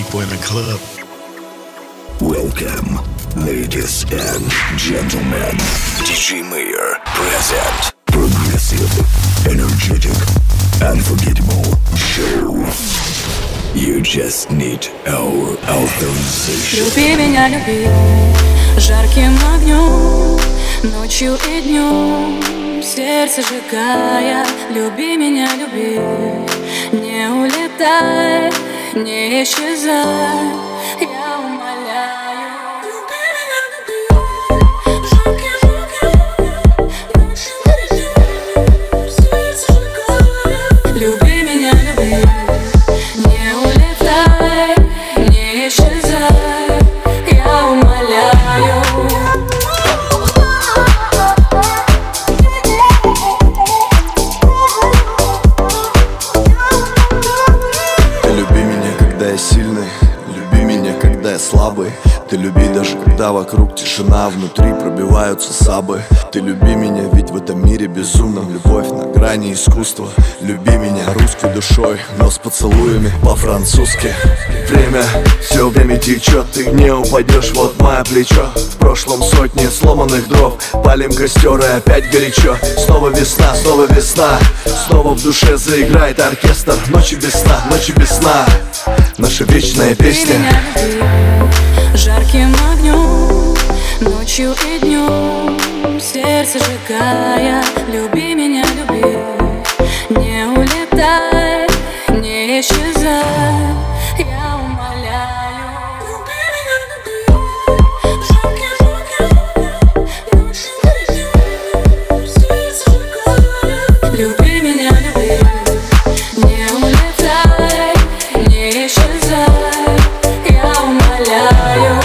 people in the club. Welcome, ladies and gentlemen. DJ Mayor present progressive, energetic, unforgettable show. You just need our authorization. Люби меня, люби жарким огнем, ночью и днем, сердце сжигая. Люби меня, люби, не улетай, не исчезай, я умоляю. Люби меня, люби жарким огнем, ночью и днем, сердце сжигая. Люби меня, люби, не улетай, не исчезай, я умоляю. Ты люби меня, когда я сильный, люби меня, когда я слабый. Ты люби даже когда вокруг тишина, внутри пробиваются сабы. Ты люби меня, ведь в этом мире безумном любовь на грани искусства. Люби меня русской душой, но с поцелуями по-французски. Время, все время течет, ты не упадешь, вот мое плечо. В прошлом сотни сломанных дров, палим костер и опять горячо. Снова весна, снова весна, снова в душе заиграет оркестр. Ночи без сна, ночи без сна, наша вечная песня. Ты меня люби жарким огнем, ночью и днем, сердце сжигая. Люби меня, люби, не улетай, не исчезай, я умоляю. Люби меня, люби жарким огнем, ночью и днем, сердце сжигая. Люби меня, люби, не улетай, не исчезай, я умоляю.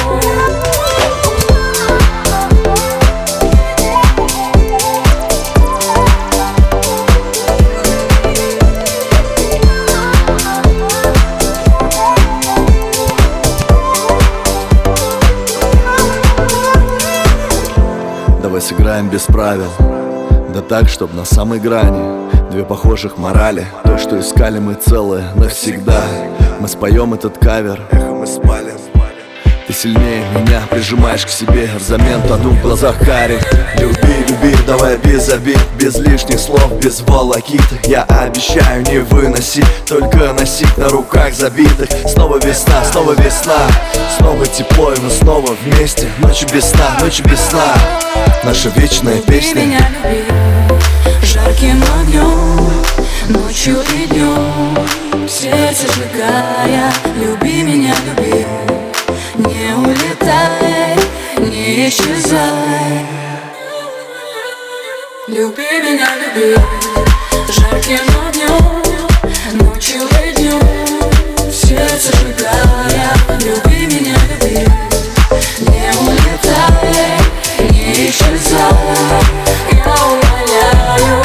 Давай сыграем без правил, да так, чтоб на самой грани. Две похожих морали, то, что искали мы целое навсегда. Мы споем этот кавер, эхом из спален. Ты сильнее меня прижимаешь к себе, взамен тону в глазах карих. Люби, люби, давай без обид, без лишних слов, без волокит. Я обещаю не выносить, только носить на руках забитых. Снова весна, снова весна, снова тепло, и мы снова вместе. Ночи без сна, ночи без сна, наша вечная песня. Люби меня, люби жарким огнем, ночью и днем, сердце сжигая. Люби меня, люби, не улетай, не исчезай. Люби меня, люби жарким огнем, ночью и днем, сердце сжигая. Люби меня, люби, не улетай, не исчезай, я умоляю.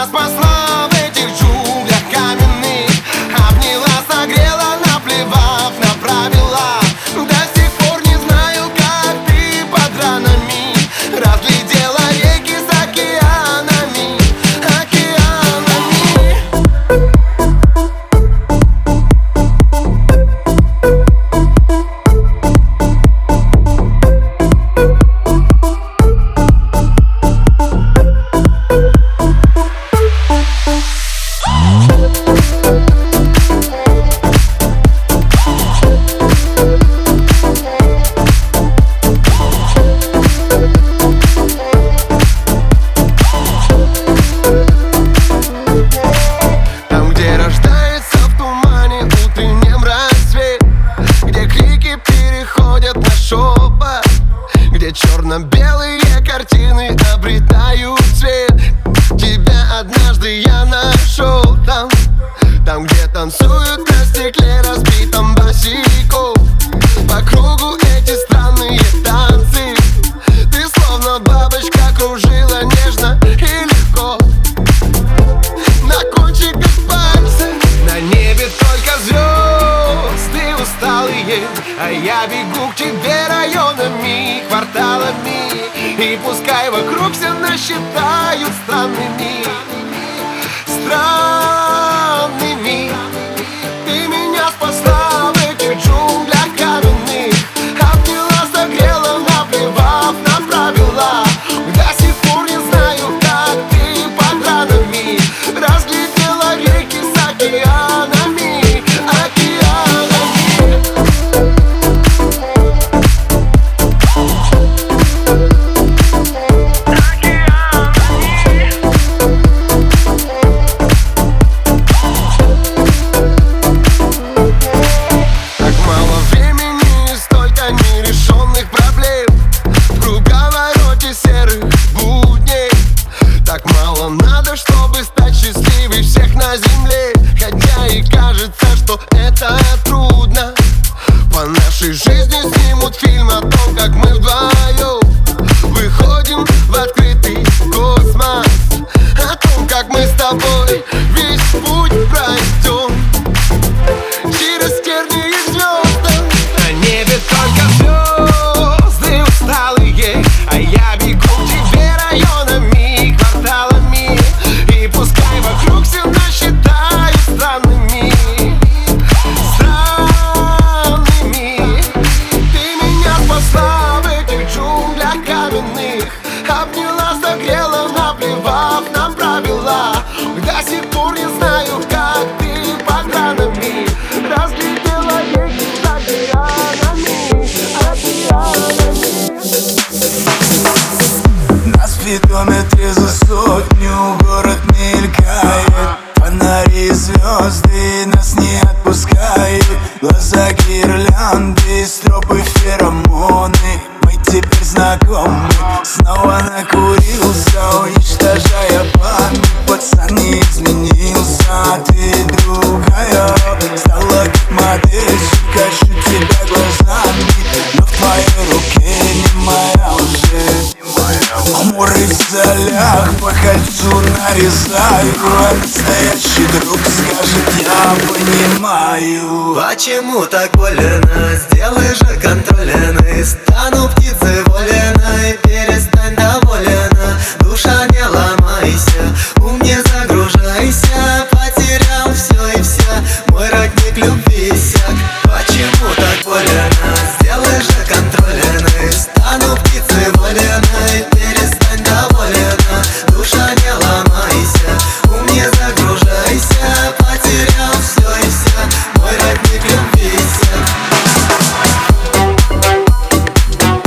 спасла в этих джунглях каменных. Обняла, согрела, наплевав на правила. До сих пор не знаю, как ты под ранами разглядела реки с океанами, океанами. Там, где рождается в тумане утреннем рассвет, где крики переходят на шепот, где черно-белые картины обретают цвет. Тебя однажды я нашел там, там, где танцуют на стекле разбитом босиком. По кругу эти странные танцы. Ты словно бабочка кружила нежно и легко. На кончиках пальцев, на небе только звезды усталые, а я бегу к тебе районами, кварталами. И пускай вокруг все насчитают странными, странными. Ты меня спасла в этих джунглях каменных. Обняла, согрела, наплевав на правила. До сих пор не знаю, как ты под ранами разглядела реки с океанами, океанами. Так мало времени и столько нерешенных проблем в круговороте серых будней. Так мало надо, чтобы стать счастливой всех на земле. Хотя и кажется, что это трудно. По нашей жизни снимут фильм о том, как мы вдвоем выходим в открытый космос, о том, как мы с тобой весь путь пройдем через тернии к звездам. На небе только звезды усталые, а я бегу к тебе районами, кварталами. И пускай вокруг все насчитают странными, странными. Ты меня спасла в этих джунглях каменных. Обняла, согрела, наплевав на правила. До сих пор не знаю, как ты под ранами разглядела реки с океанами, океанами. На спидометре за сотню город мелькает. Фонари и звезды нас не отпускают. Глаза гирлянды, стропы феромоны. Мы теперь знакомы. Снова накурился, уничтожая память. Пацан не изменился, ты другая. Стала как модельщик, ищу тебя глазами. Но в твоей руке не моя уже. Амуры в солях по кольцу нарезаю. А настоящий друг скажет, я понимаю. Почему так больно? Сделай же контрольно. Стану птицей вольной, перестань довольна. Душа, не ломайся, ум не загружайся. Потерял все и вся, мой родник любви иссяк. Почему так больно? Сделай же контрольно. Стану птицей вольной, перестань довольна. Душа, не ломайся, ум не загружайся. Потерял все и вся, мой родник любви иссяк.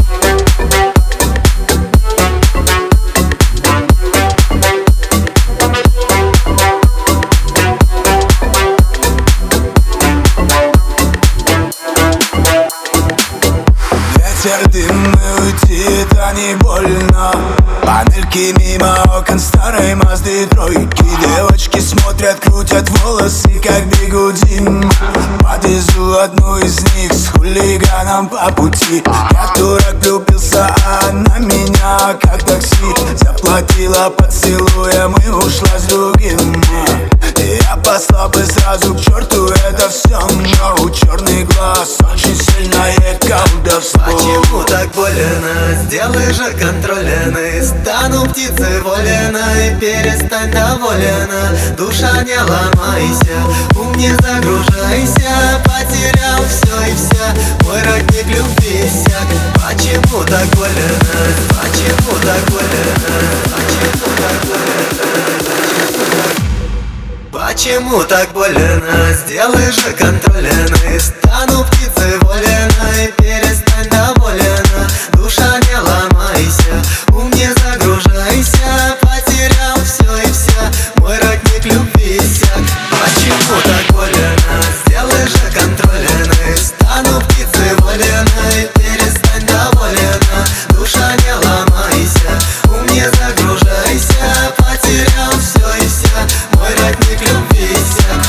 Улыбки мимо окон старой Мазды тройки. Девочки смотрят, крутят волосы, как бигуди. Подвезу одну из них с хулиганом по пути. Я дурак, влюбился, а она меня как такси. Заплатила поцелуем и ушла с другим. Я послал бы сразу к черту это все, но у черный глаз очень сильное колдовство. Почему так больно? Сделай же контрольный. Стану птицей воленой, перестань доволена. Душа, не ломайся, ум не загружайся. Потерял все и вся, мой родник любви иссяк. Почему так больно? Почему так больно? Почему так больно? Почему так больно? Сделай же контрольный. Стану птицей воленой, перестань доволена. Душа, не ломайся, ум не загружайся. Потерял все и вся, мой родник любви иссяк. Почему так больно? Сделай же контрольный. Стану птицей воленой, перестань доволена. Душа, не ломайся, ум не загружайся. Потерял все и вся, мой родник любви иссяк.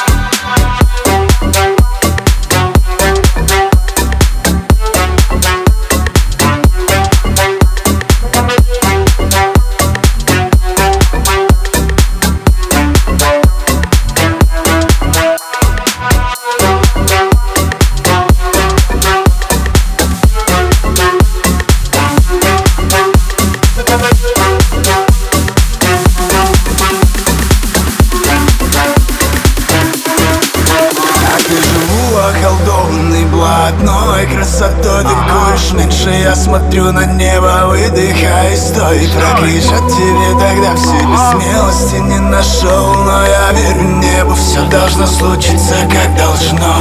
Околдованный блатной красотой. Ты куришь меньше, я смотрю на небо, выдыхай, стой. Прокричат тебе тогда все без смелости не нашел. Но я верю небу, все должно случиться как должно.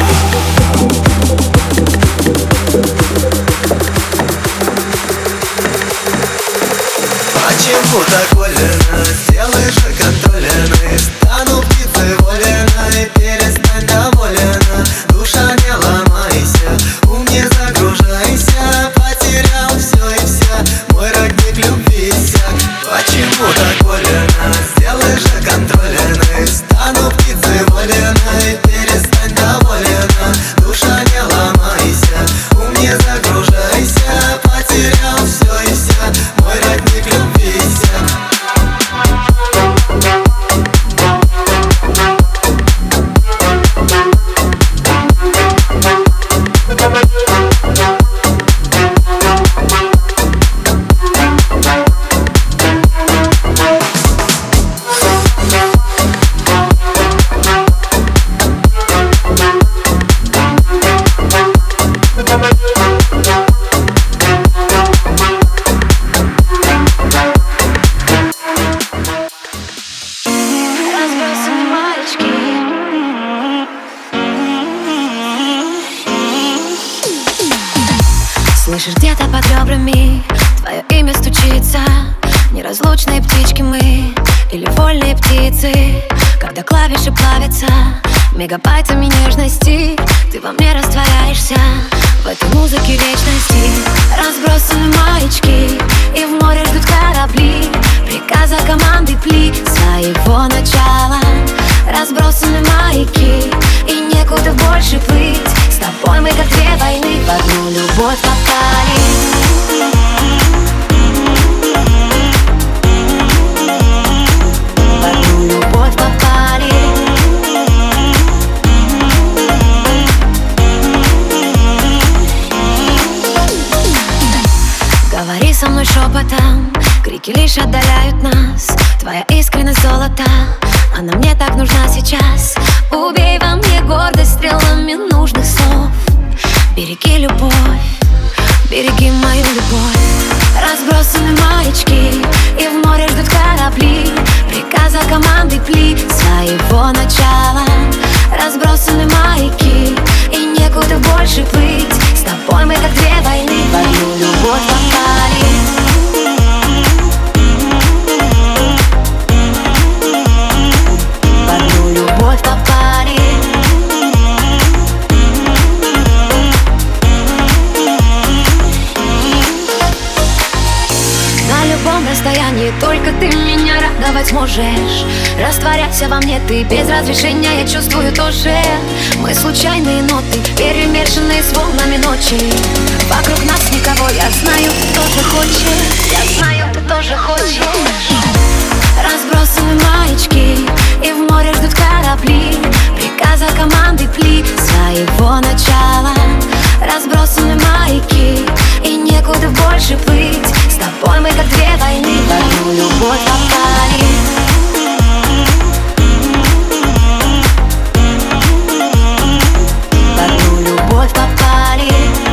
Почему так больно? Сделай же контрольный. Стану птицей воленой, перестань доволена. Душа, не ломайся, ум не загружайся. Потерял все и вся, мой родник любви иссяк. Почему так больно? Сделай же контрольный. Стану птицей воленой, перестань доволена. Душа, не ломайся, ум не загружайся. Потерял все и вся, мой родник любви иссяк. Разбросаны маячки. Слышишь, где-то под ребрами твое имя стучится. Неразлучные птички мы или вольные птицы. Когда клавиши плавятся мегабайтами нежности, ты во мне растворяешься в этой музыке вечности. Разбросаны маячки, и в море ждут корабли. Приказа команды пли своего начала. Разбросаны маяки, и некуда больше плыть. С тобой мы как две войны в одну любовь попали. В одну любовь попали. Говори со мной шепотом, крики лишь отдаляют нас. Твоя искренность золота, она мне так нужна сейчас. Убей во мне гордость стрелами нужных слов. Береги любовь, береги мою любовь. Разбросаны маячки, и в море ждут корабли. Приказа команды пли своего начала. Разбросаны маяки, и некуда больше плыть. С тобой мы как две войны в одну любовь попали. В одну любовь попали. На любом расстоянии только ты меня радовать можешь. Растворяйся во мне ты, без разрешения я чувствую тоже. Мы случайные ноты, перемешанные с волнами ночи. Вокруг нас никого, я знаю, ты тоже хочешь. Я знаю, ты тоже хочешь. Разбросаны маячки, и в море ждут корабли. Приказа команды пли своего начала. Разбросаны маяки, и некуда больше плыть. С тобой мы как две войны в одну любовь попали. В одну любовь попали.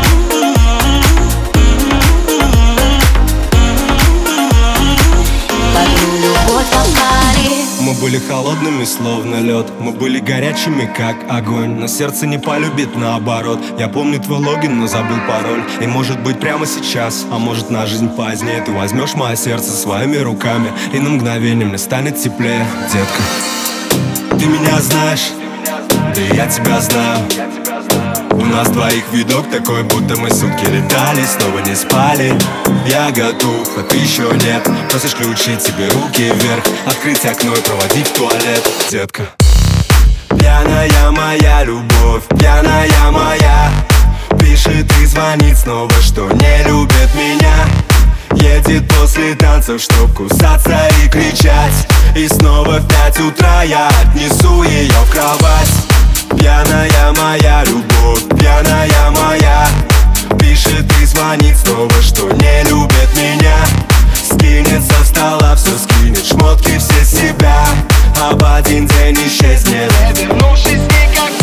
В одну любовь попали. Мы были холодными, словно лед. Мы были горячими, как огонь. Но сердце не полюбит, наоборот. Я помню твой логин, но забыл пароль. И может быть прямо сейчас, а может на жизнь позднее, ты возьмешь мое сердце своими руками, и на мгновение мне станет теплее. Детка, ты меня знаешь, да и я тебя знаю. У нас двоих видок такой, будто мы сутки летали, снова не спали. Я готов, а ты еще нет. Просишь ключи, тебе руки вверх, открыть окно и проводить в туалет. Детка, пьяная моя любовь, пьяная моя, пишет и звонит снова, что не любит меня. Едет после танцев, чтоб кусаться и кричать. И снова в 5 утра я отнесу ее в кровать. Пьяная моя любовь, пьяная моя, пишет и звонит снова, что не любит меня. Скинет со стола, все скинет, шмотки все себя, а в один день исчезнет, не вернувшись никогда.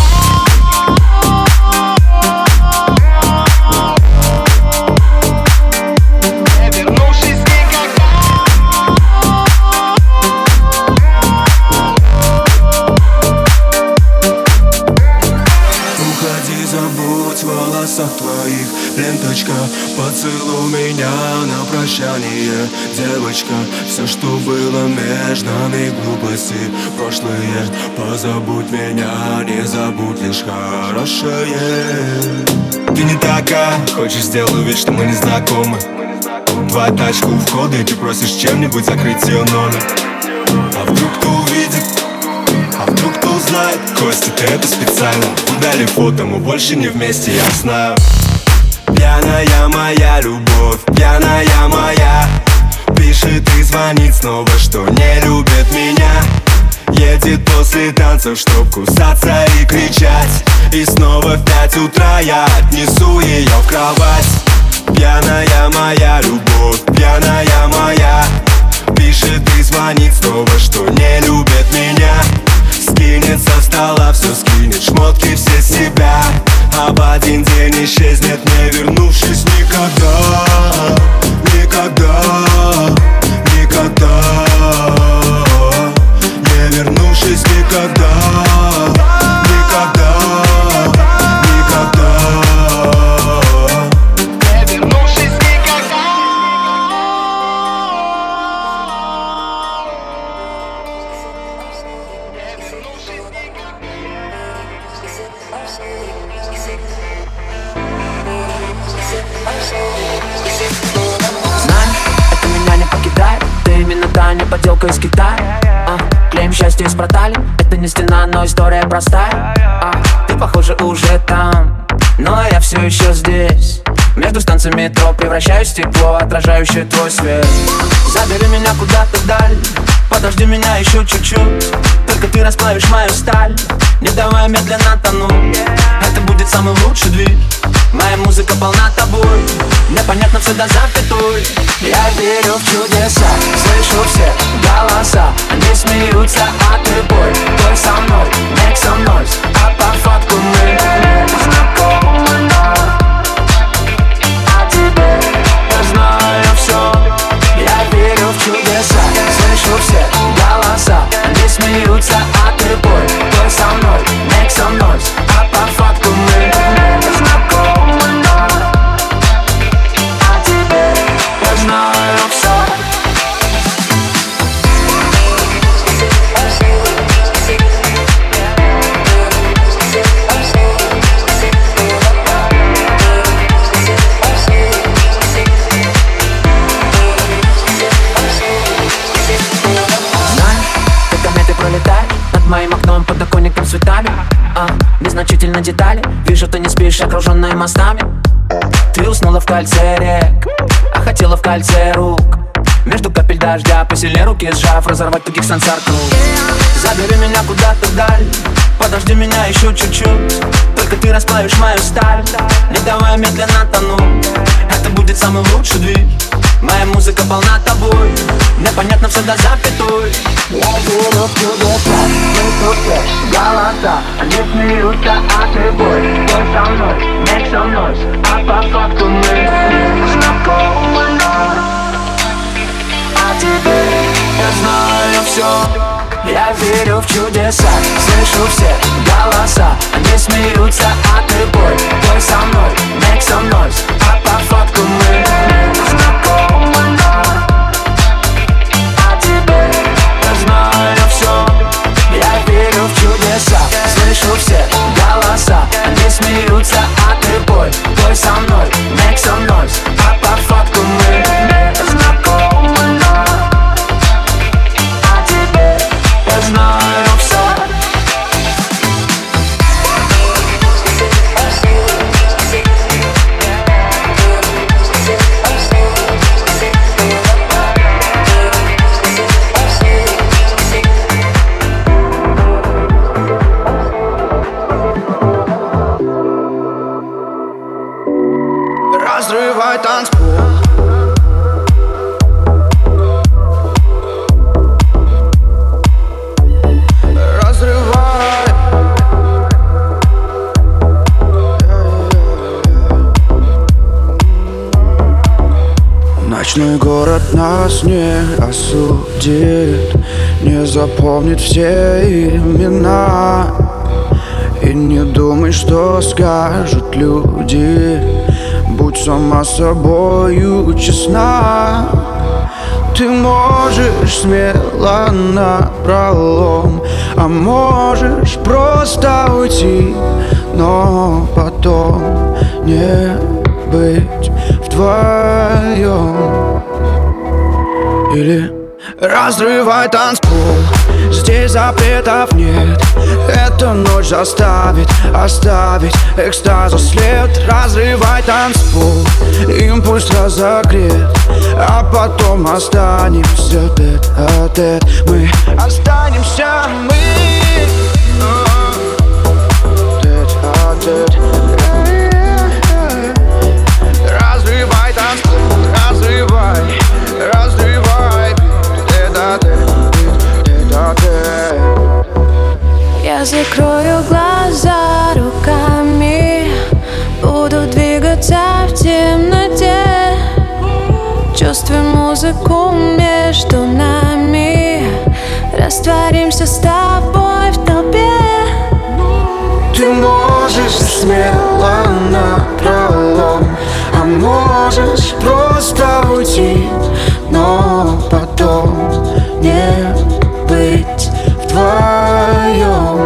Твоих ленточка, поцелуй меня на прощание, девочка. Все, что было между нами, глупости прошлые. Позабудь меня, не забудь лишь хорошее. Ты не такая, хочешь сделаю вид, что мы не знакомы. Твоя тачка у входа, и ты просишь чем-нибудь закрыть ее номер. А вдруг кто увидит? А вдруг кто узнает? Костя, ты это специально. Удали фото, мы больше не вместе, я знаю. Пьяная моя любовь, пьяная моя, пишет и звонит снова, что не любит меня. Едет после танцев, чтоб кусаться и кричать. И снова в 5 утра я отнесу ее в кровать. Пьяная моя любовь, пьяная моя, пишет и звонит снова, что не любит меня. Скинет со стола, все скинет, шмотки все себя, а в один день исчезнет, не вернувшись никогда. Никогда, никогда, не вернувшись никогда. Никогда, никогда, не вернувшись никогда. Знай, это меня не покидает. Ты именно та не подделка из Китая. Клеим счастье из продали. Это не стена, но история простая. Ты, похоже, уже там, но я все еще здесь. Между станциями метро превращаюсь в стекло, отражающее твой свет. Забери меня куда-то вдаль, подожди меня еще чуть-чуть. Только ты расплавишь мою сталь, не давай медленно тонуть. Это будет самый лучший движ. Моя музыка полна тобой, мне понятно все до запятой. Я верю в чудеса, слышу все голоса. Они смеются, а ты бой. Той со мной, make some noise. А по факту мы знакомы, но о тебе я знаю все. Я верю в чудеса, слышу все голоса. Они смеются, а ты бой. Той со мной, make some noise. А по факту мы знакомы, но о тебе я знаю все. внимательно детали. Вижу, ты не спишь, окруженная мостами. Ты уснула в кольце рек, а хотела в кольце рук. Между капель дождя посильнее руки сжав, разорвать тугих сансар круг. Забери меня куда-то вдаль, подожди меня еще чуть-чуть. Только ты расплавишь мою сталь, не давай медленно тонуть. Это будет самый лучший двиг. Моя музыка полна тобой, мне понятно все до запятой. Я верю в чудеса, слышу все голоса. Они смеются, а ты бой. Бой со мной, make some noise, а по факту мы знакомы. А теперь я знаю все. Я верю в чудеса, слышу все голоса. Они смеются, а ты бой. Бой со мной, make some noise, а по факту мы знакомы. А теперь я знаю все. Я верю в чудеса, слышу все голоса. Они смеются, а ты бой. Бой со мной, make some noise, а по факту мы знакомы. А теперь я знаю все. Разрывай танцпол. Разрывай. Ночной город нас не осудит, не запомнит все имена. И не думай, что скажут люди. Будь сама собою честна. Ты можешь смело напролом, а можешь просто уйти, но потом не быть вдвоем. Или разрывай танцпол, здесь запретов нет. Эта ночь заставит оставить экстаза след. Разрывай танцпол, импульс разогрет, а потом останемся тет-а-тет. Мы останемся, мы тет-а-тет. Разрывай танцпол, разрывай, разрывай. Я закрою глаза руками, буду двигаться в темноте. Чувствуй музыку между нами, растворимся с тобой в толпе. Ты можешь смело напролом, а можешь просто уйти, но потом не быть вдвоем.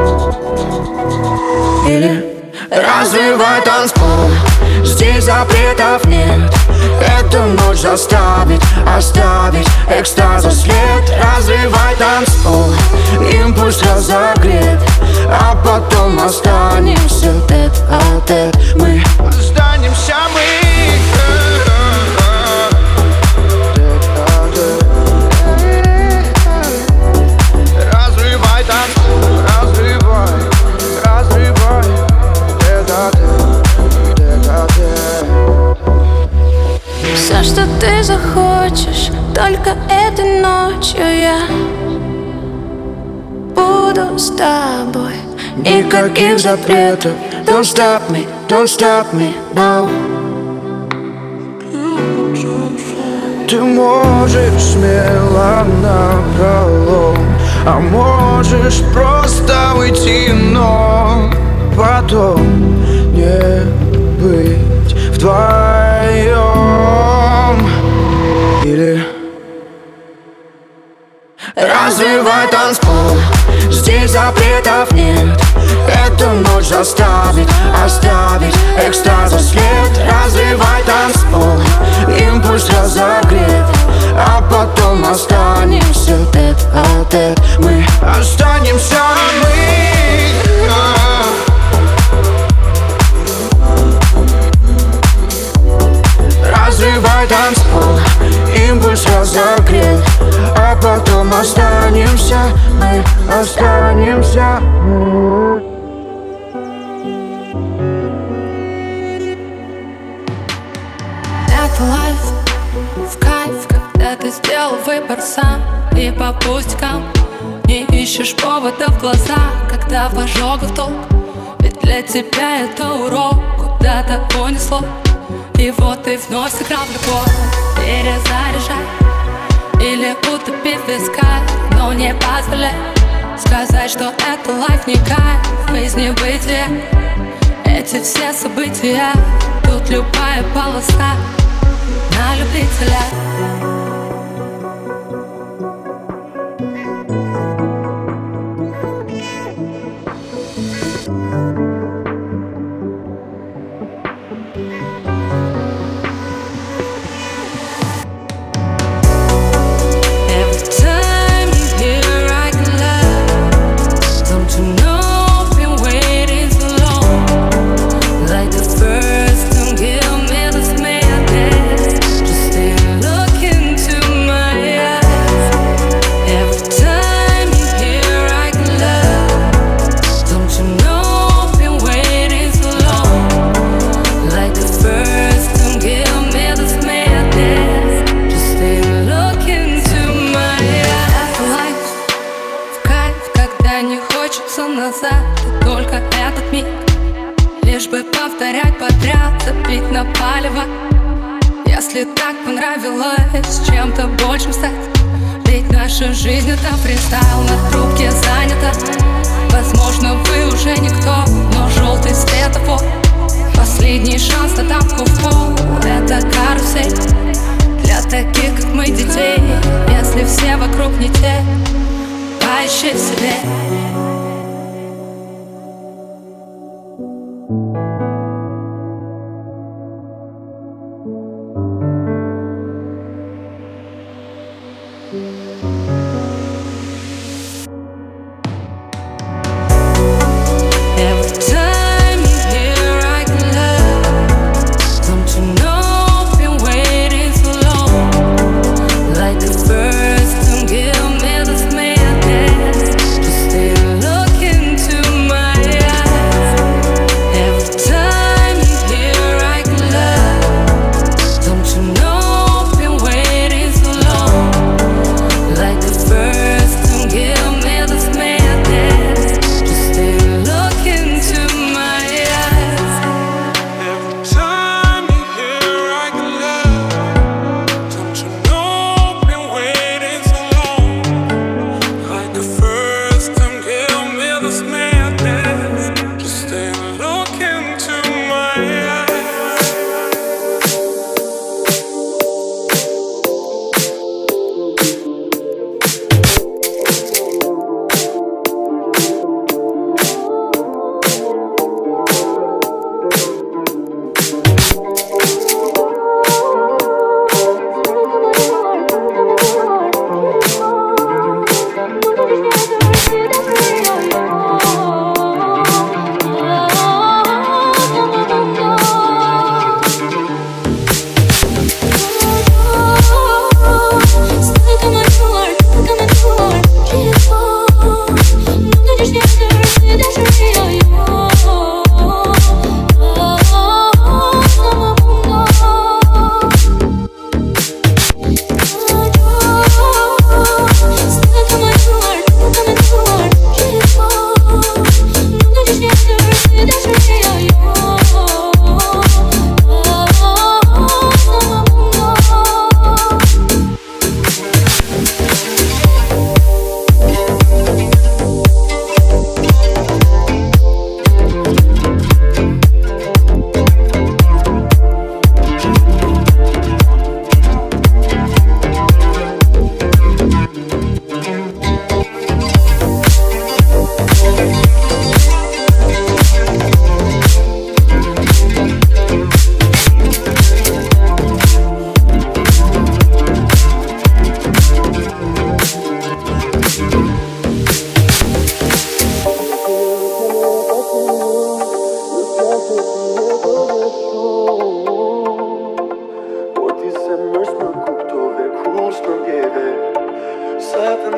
Или разрывай танцпол, здесь запретов нет. Эту ночь заставит оставить экстаза след. Разрывай танцпол, импульс разогрет, а потом останемся тет-а-тет. Мы останемся, мы разрывай танцпол, разрывай, разрывай. Все, что ты захочешь, только этой ночью я буду с тобой. Никаких запретов. Don't stop me, no. Ты можешь смело напролом, а можешь просто уйти, но потом не быть вдвоем. Или разрывай танцпол, здесь запретов нет. Эту ночь заставит оставить экстаза след. Разрывай танцпол, импульс разогрет, а потом останемся тет-а-тет. Мы останемся, мы мы останемся. Это лайф, в кайф, когда ты сделал выбор сам. И по пустякам не ищешь повода в глаза, когда в ожогах толк. Ведь для тебя это урок, куда-то понесло. И вот ты вновь сыграл в любовь. Перезаряжай или утопи в висках, но не позволяй сказать, что это лайф не кайф из небытия. Эти все события, тут любая полоса на любителя. Назад, только этот миг, лишь бы повторять подряд, забить на палево. Если так понравилось чем-то большим стать, ведь наша жизнь это фристайл, на трубке занята. Возможно, вы уже никто, но желтый светофор, последний шанс на тапку в пол. Это карусель для таких, как мы, детей. Если все вокруг не те, поищи в себе. Like the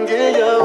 там, где я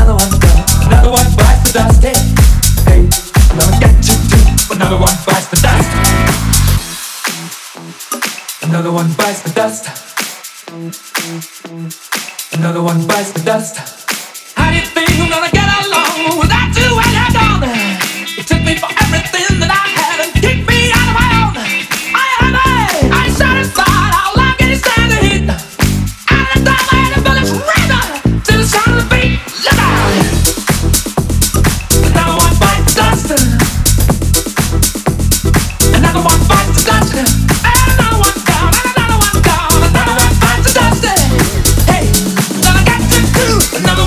another one bites the dust. one bites the dust. Another one bites the dust. How do you think I'm gonna get along without you when you're gone? You took me for everything that I had and kicked me out of my own. I ain't satisfied. How long can you stand the heat? Out of the time I had to feel this rhythm to the sound of the beat. Look out! Another one bites the dust. Another one bites the dust. Another one gone. Another one gone. Another one bites the dust. Hey, gonna get you too. Another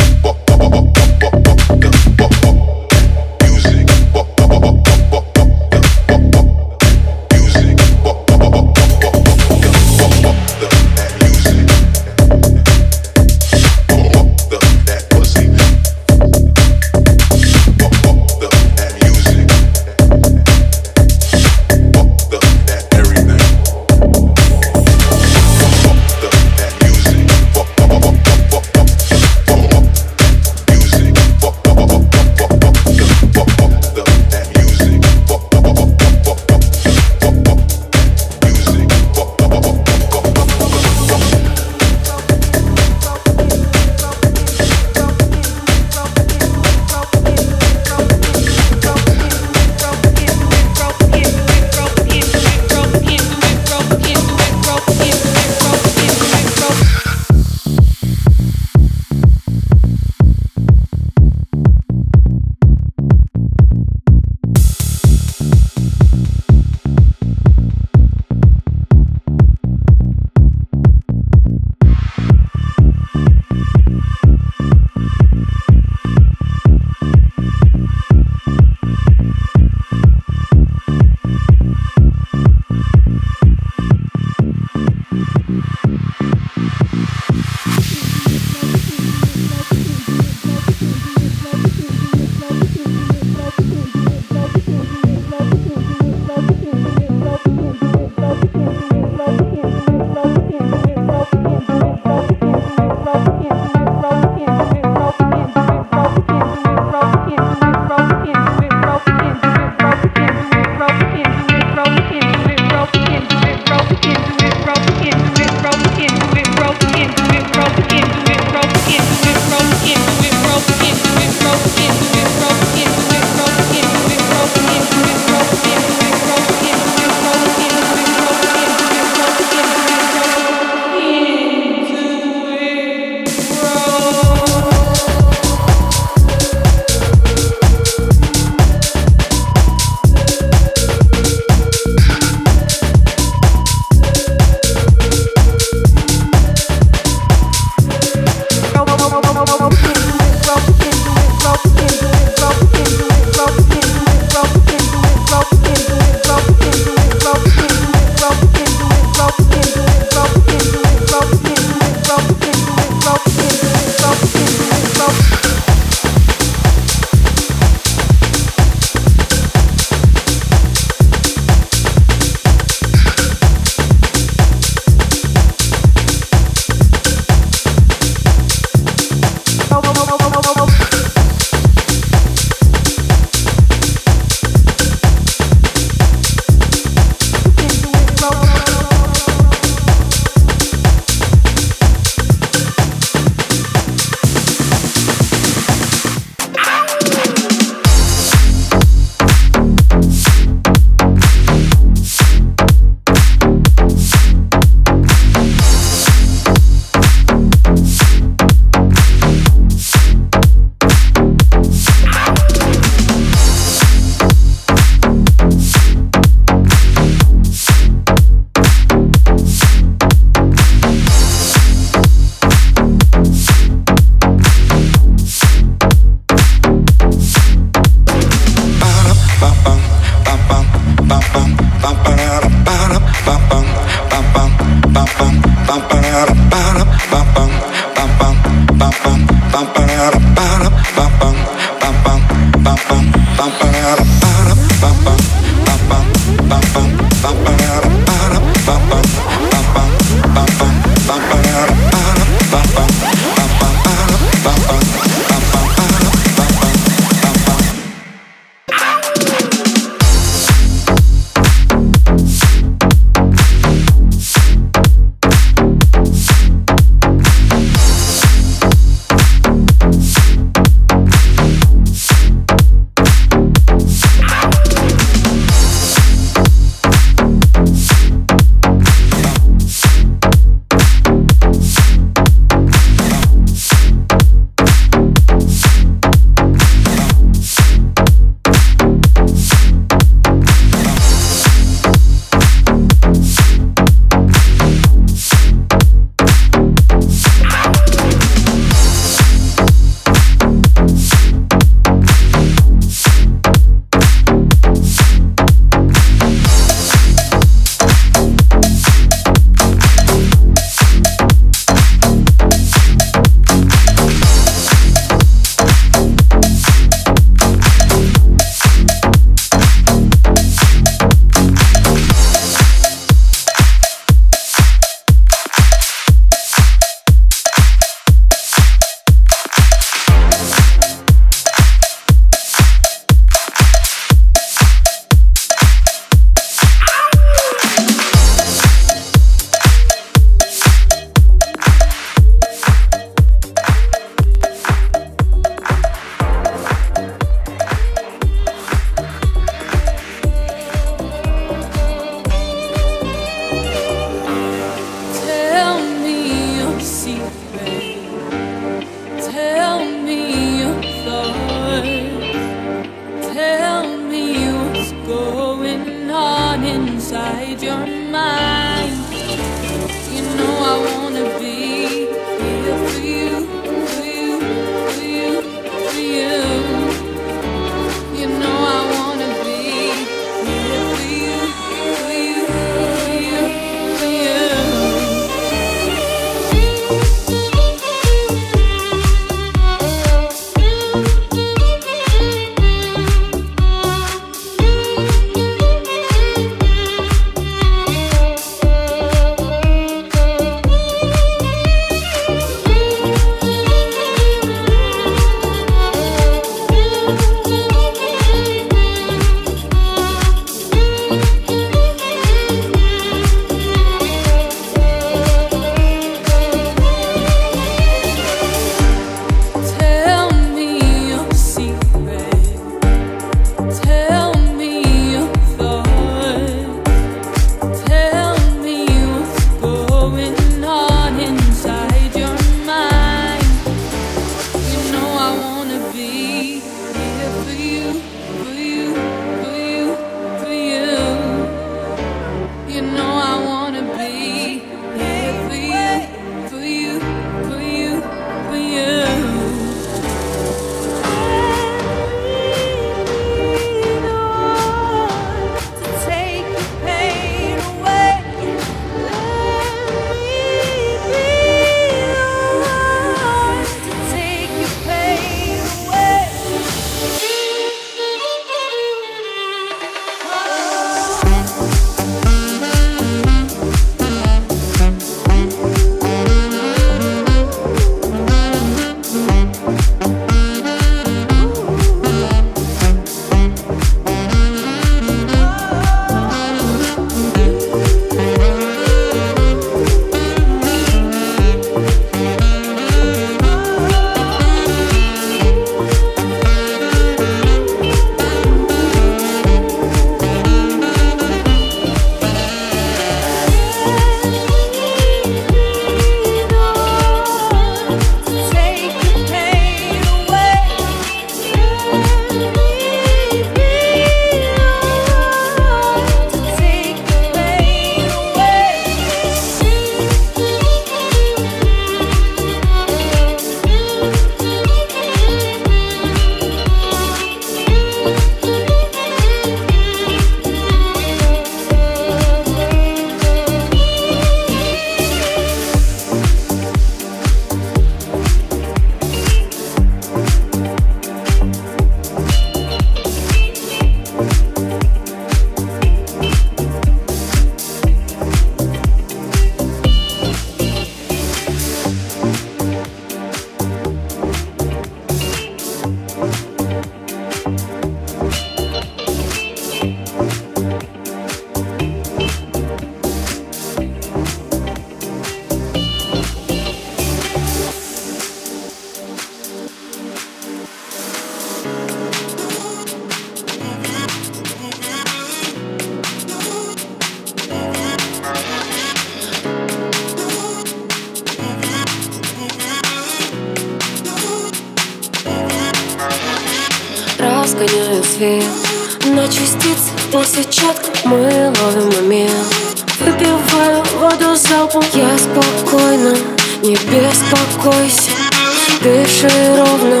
разгоняют свет на частицы, по сетчаткам мы ловим момент. Выпиваю воду залпом, я спокойно, не беспокойся, дыши ровно.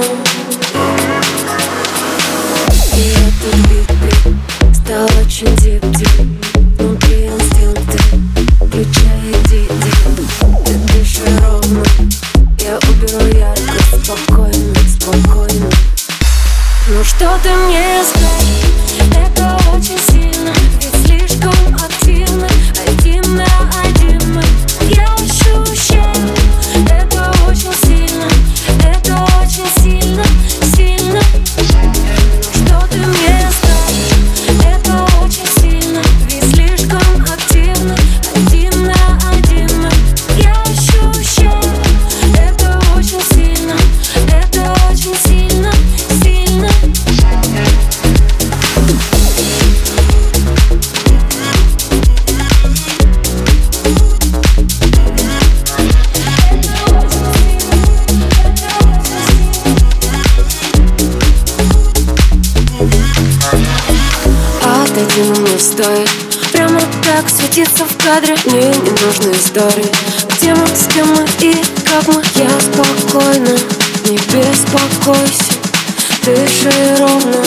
И этот бит стал очень дип-дип. Внутри инстинкты, включай иди. Ты дыши ровно, я уберу яркость. Спокойно, спокойно. Ну что ты мне скажешь? Это очень сильно, ведь слишком активно. Один на один мы, я ощущаю. Это очень сильно, это очень сильно, сильно. Ну что ты мне скажешь? Это очень сильно, ведь слишком активно. Один на один мы, я ощущаю. Это очень сильно, это очень сильно, сильно. Отойди, но мне стоит прямо так светиться в кадре. Мне не нужны истории, где мы, с кем мы и как мы. Я спокойно, не беспокойся, дыши ровно.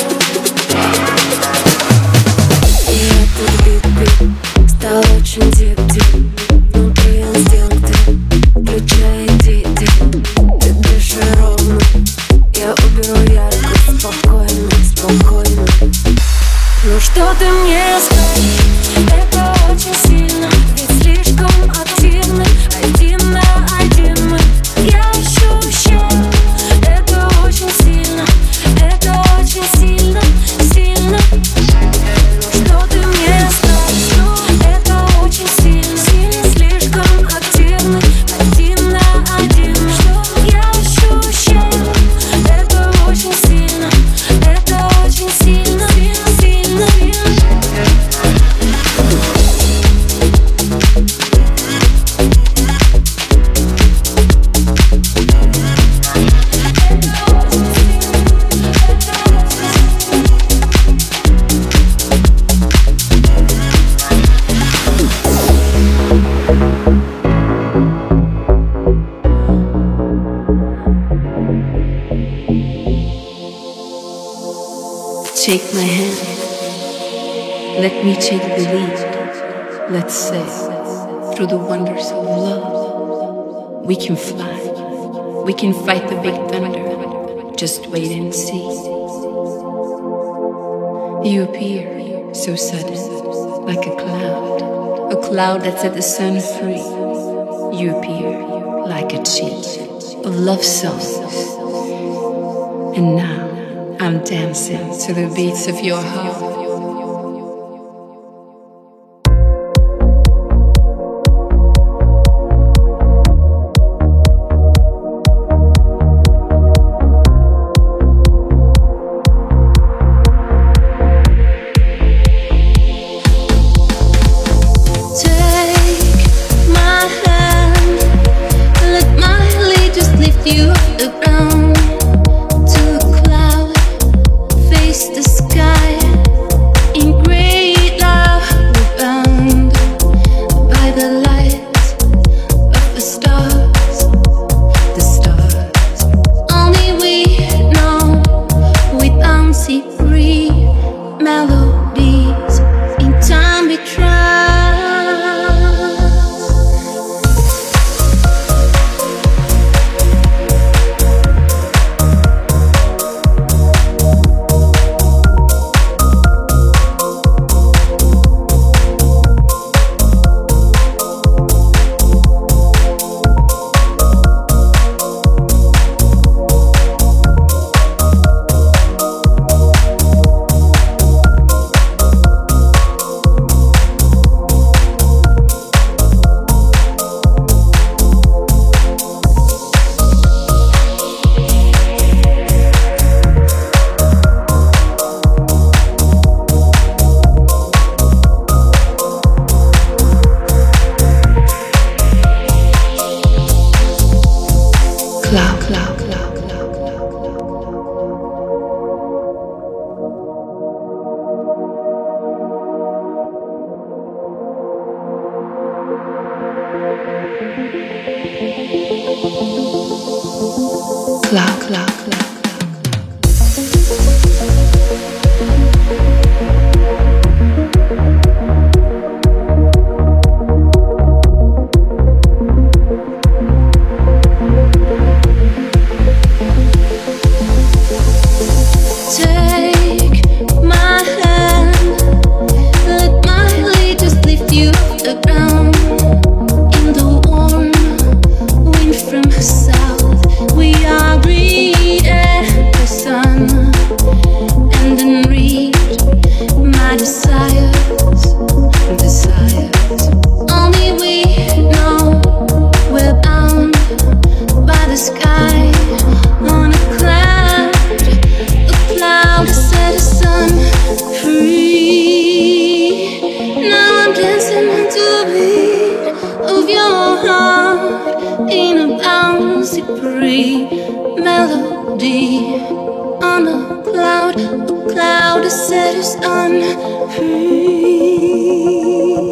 И этот бит стал очень дип-дип. Внутри инстинкты, включай иди. Ты дыши ровно, я уберу яркость. Спокойно, спокойно. Ну что ты мне скажешь? Это очень сильно, ведь слишком активно. Один на один мы, я ощущаю. Это очень сильно, это очень сильно, сильно. Ну что ты мне скажешь? Это очень сильно, сильно, слишком активно. Один на один я ощущаю. Это очень сильно, это очень сильно, сильно. Take my hand, let me take the lead. Let's say, through the wonders of love, we can fly, we can fight the big thunder. Just wait and see. You appear so sudden, like a cloud that set the sun free. You appear like a cheat of love songs, and now I'm dancing to the beats of your heart. The sky me on a cloud to set us on free.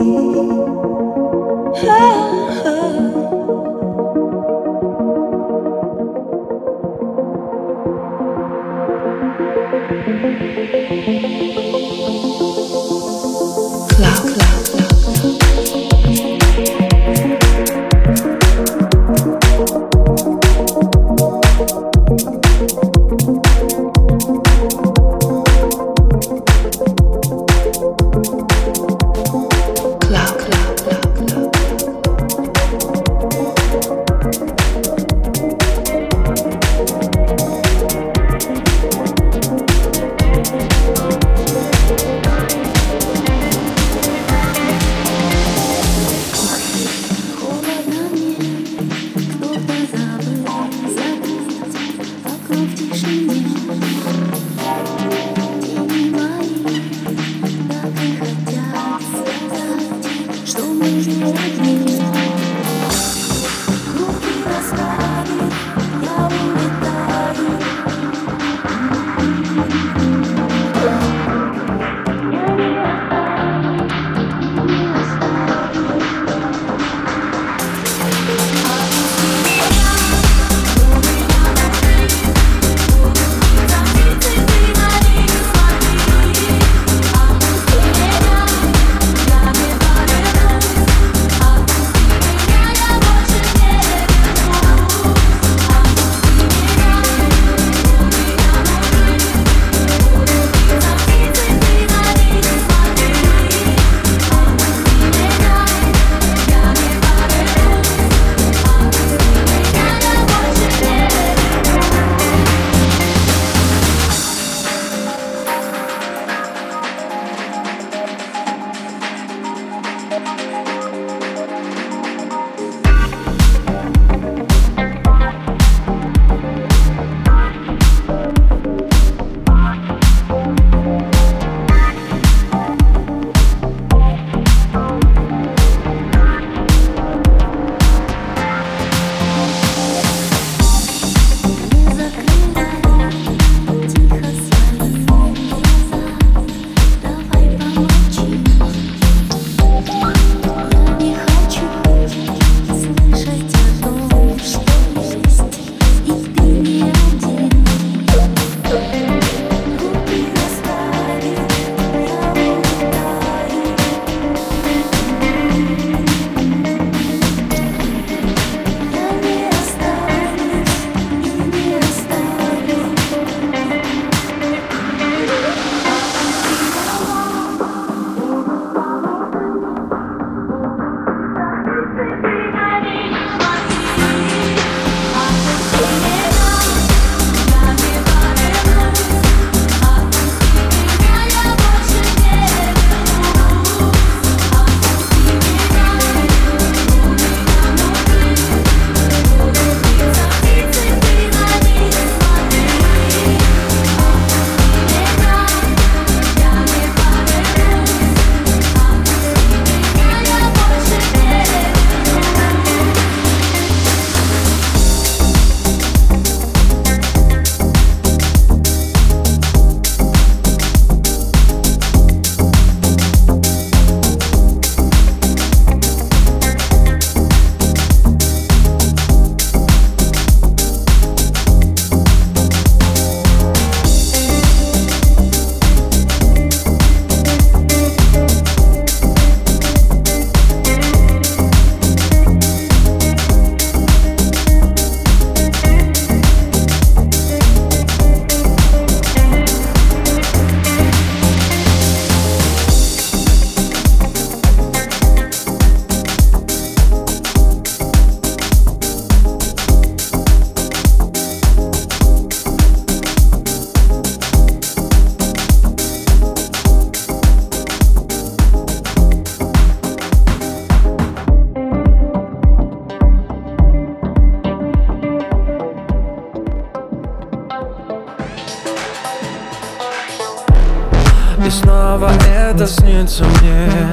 И снова это снится мне,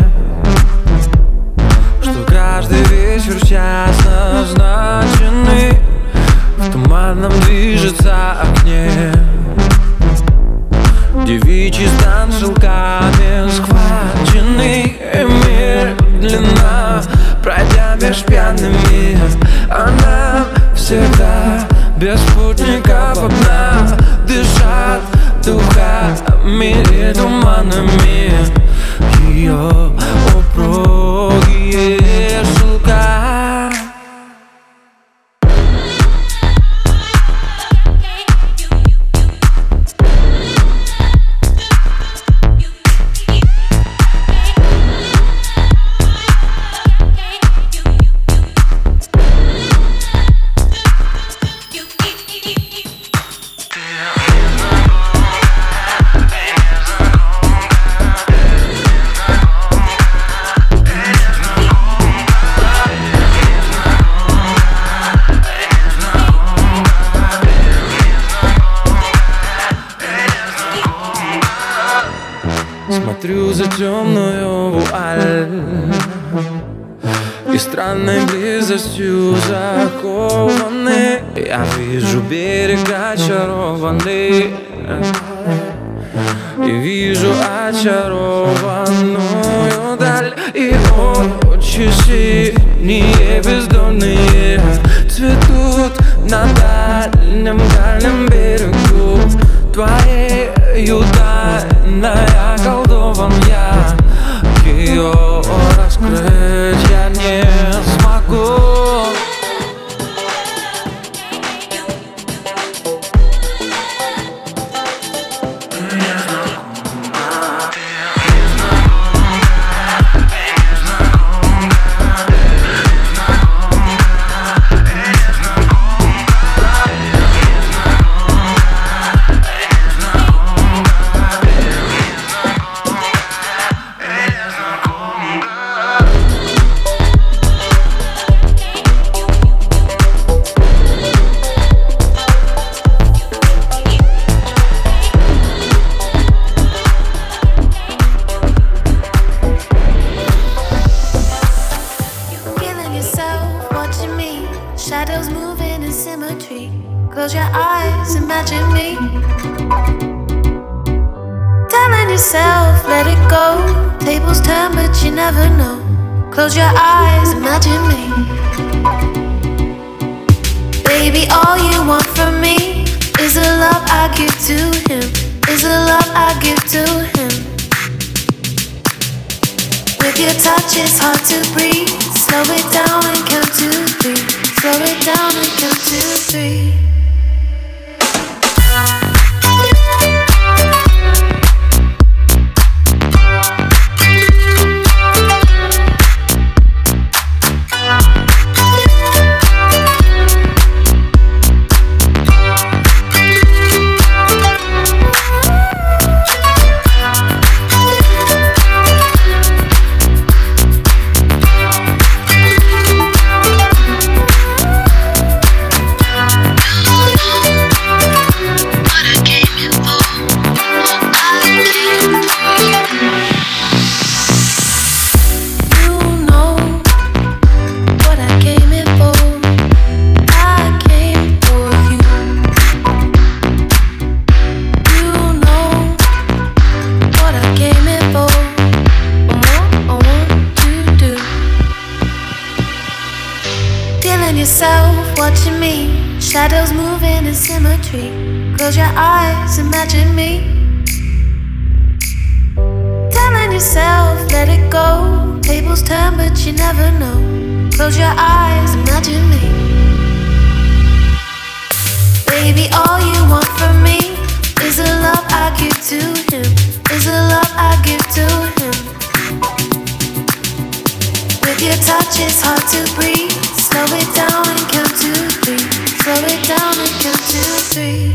что каждый вечер час назначенный. в туманном движется окне. Девичий стан шелками схваченный, медленно пройдя меж пьяными. Она всегда без спутников одна, дышат духами и туманами. Ее упругие шелка. Смотрю за темную вуаль и странной близостью закованы. Я вижу берег очарованный и вижу очарованную даль. И очи синие бездонные цветут на дальнем берегу. Твоею тайной околдован я, ее раскрыть я не смогу. Shadows moving in symmetry. Close your eyes, imagine me. Telling yourself, let it go. Tables turn, but you never know. Close your eyes, imagine me. Baby, all you want from me is the love I give to him. Is the love I give to him. With your touch, it's hard to breathe. Slow it down and count to 3. Slow it down and count to 3. Watching me, shadows moving in symmetry. Close your eyes, imagine me. Telling yourself, let it go. Tables turn, but you never know. Close your eyes, imagine me. Baby, all you want from me is the love I give to him. Is the love I give to him. With your touch, it's hard to breathe. Slow it down and count to 3. Slow it down and count to 3.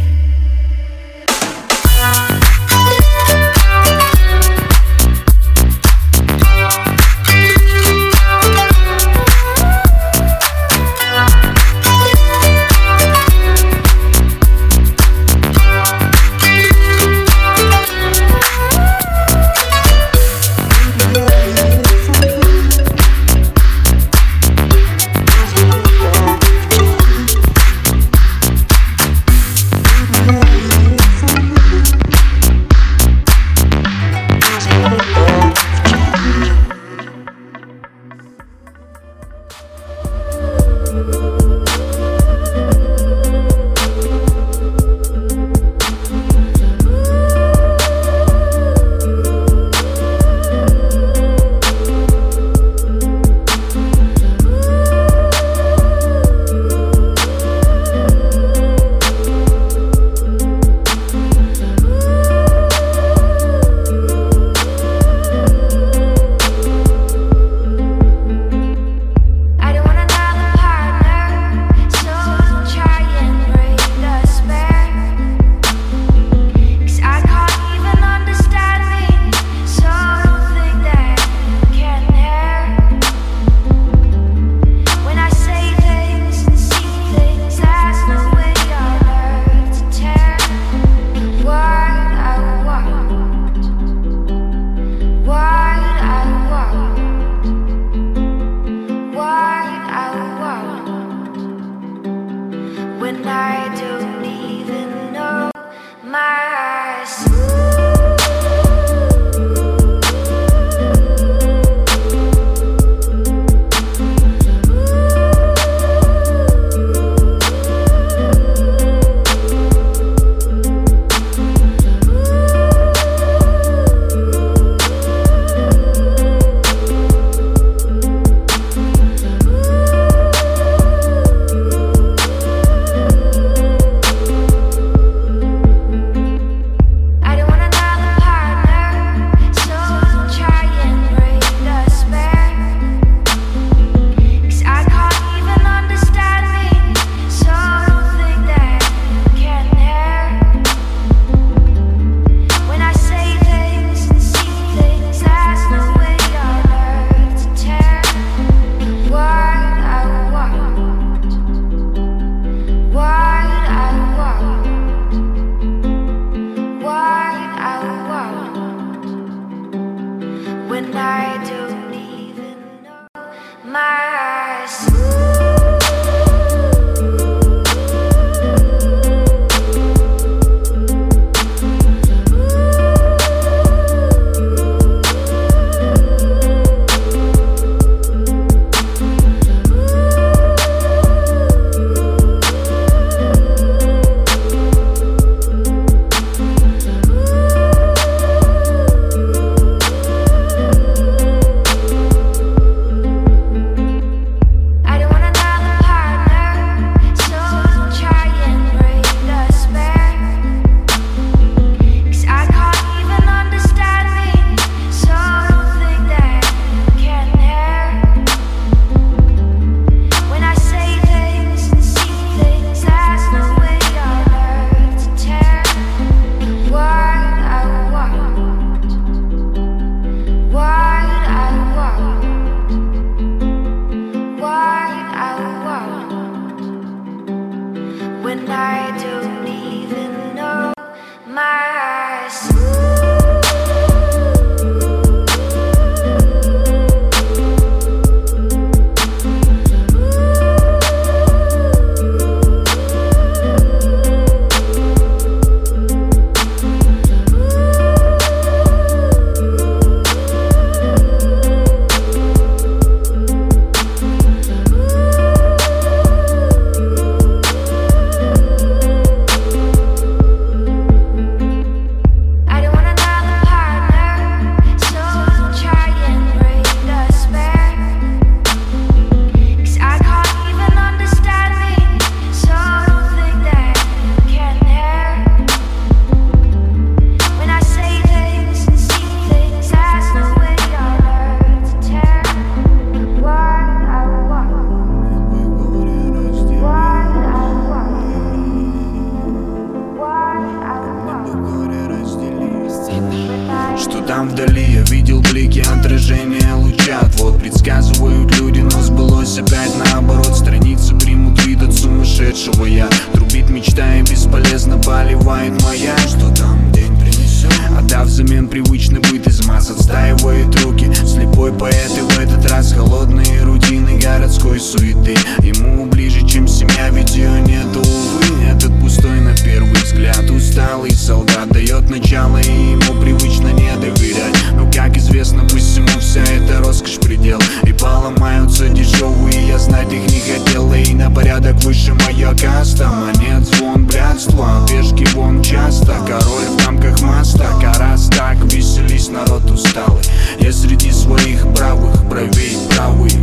там вдали я видел блики отражения лучат. Вот предсказывают люди, но сбылось опять наоборот. Страницы примут вид от сумасшедшего я. Трубит мечта и бесполезно поливает моя. Что там день принесет? Отдав взамен привычный быт, из масс отстаивает руки. Слепой поэт и в этот раз холодные рутины городской суеты. Ему ближе, чем семья, ведь ее нету, увы. Этот пустой на первый взгляд усталый солдат дает начало, и ему привычно не доверять. Но как известно, пусть ему вся эта роскошь предел. И поломаются дешевые, я знать их не хотел. И на порядок выше моя каста. Монет звон, блядство, пешки вон часто. Король в рамках моста, раз так веселись, народ усталый. Я среди своих правых, правей правый.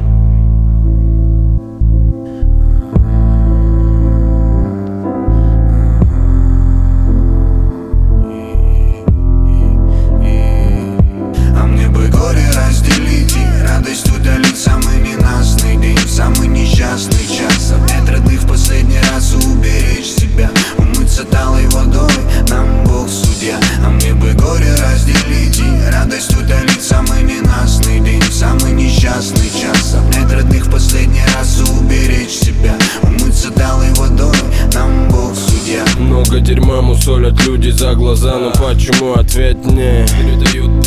А мне бы горе разделить и радость удалить. Самый ненастный день, самый несчастный час. Обнять родных в последний раз и уберечь себя. Умыться талой водой, нам Бог судья. А мне бы горе разделить и радость удалить. Самый ненастный день, самый несчастный час. Обнять родных в последний раз и уберечь себя. Умыться талой водой, нам Бог судья. Много дерьма мусолят люди за глаза, но почему ответ не? Передают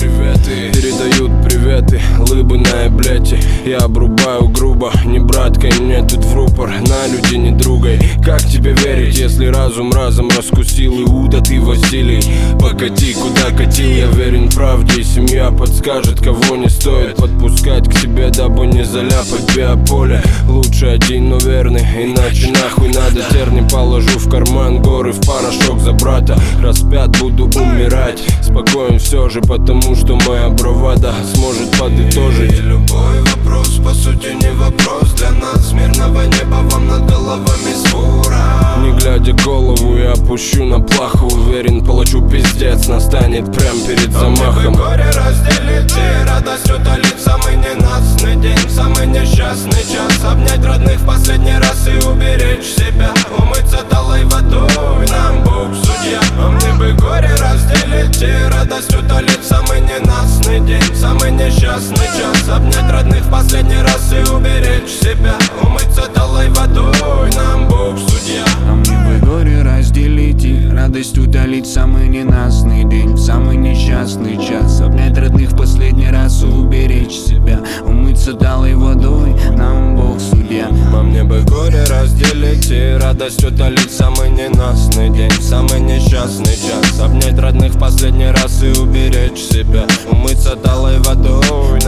приветы, лыбы на эблете. Я обрубаю грубо, не браткой, мне тут в рупор. На люди не другой, как тебе верить, если разум разом раскусил Иуда, ты Василий. Покати, куда катил, я верен правде, и семья подскажет, кого не стоит подпускать к себе, дабы не заляпать биополе. Лучше один, но верный, иначе нахуй надо. Терни положу в карман, горы в порошок за брата. Распят, буду умирать, спокоен все же, потому что моя бравада сможет подытожить. И любой вопрос, по сути, не вопрос для нас. Мирного неба вам над головами свора. Не глядя голову, я опущу на плаху. Уверен, получу пиздец, настанет прям перед замахом. Горе разделить и радость утолить. Самый ненастный день, самый несчастный час. Обнять родных в последний раз и уберечь себя. Умыться талой водой, нам Бог судья. А мне бы горе разделить и радость утолить. Самый ненастный день, самый несчастный час. Обнять родных в последний раз и уберечь себя. Умыться талой водой, нам Бог судья. А мне бы горе разделить и радость утолить. Самый ненастный день, самый несчастный час. Обнять родных в последний раз и уберечь себя. Умыться талой водой, нам Бог судья. А мне бы горе разделить и радость утолить. Самый ненастный день, самый несчастный час. Обнять родных в последний раз и уберечь себя. Умыться талой водой,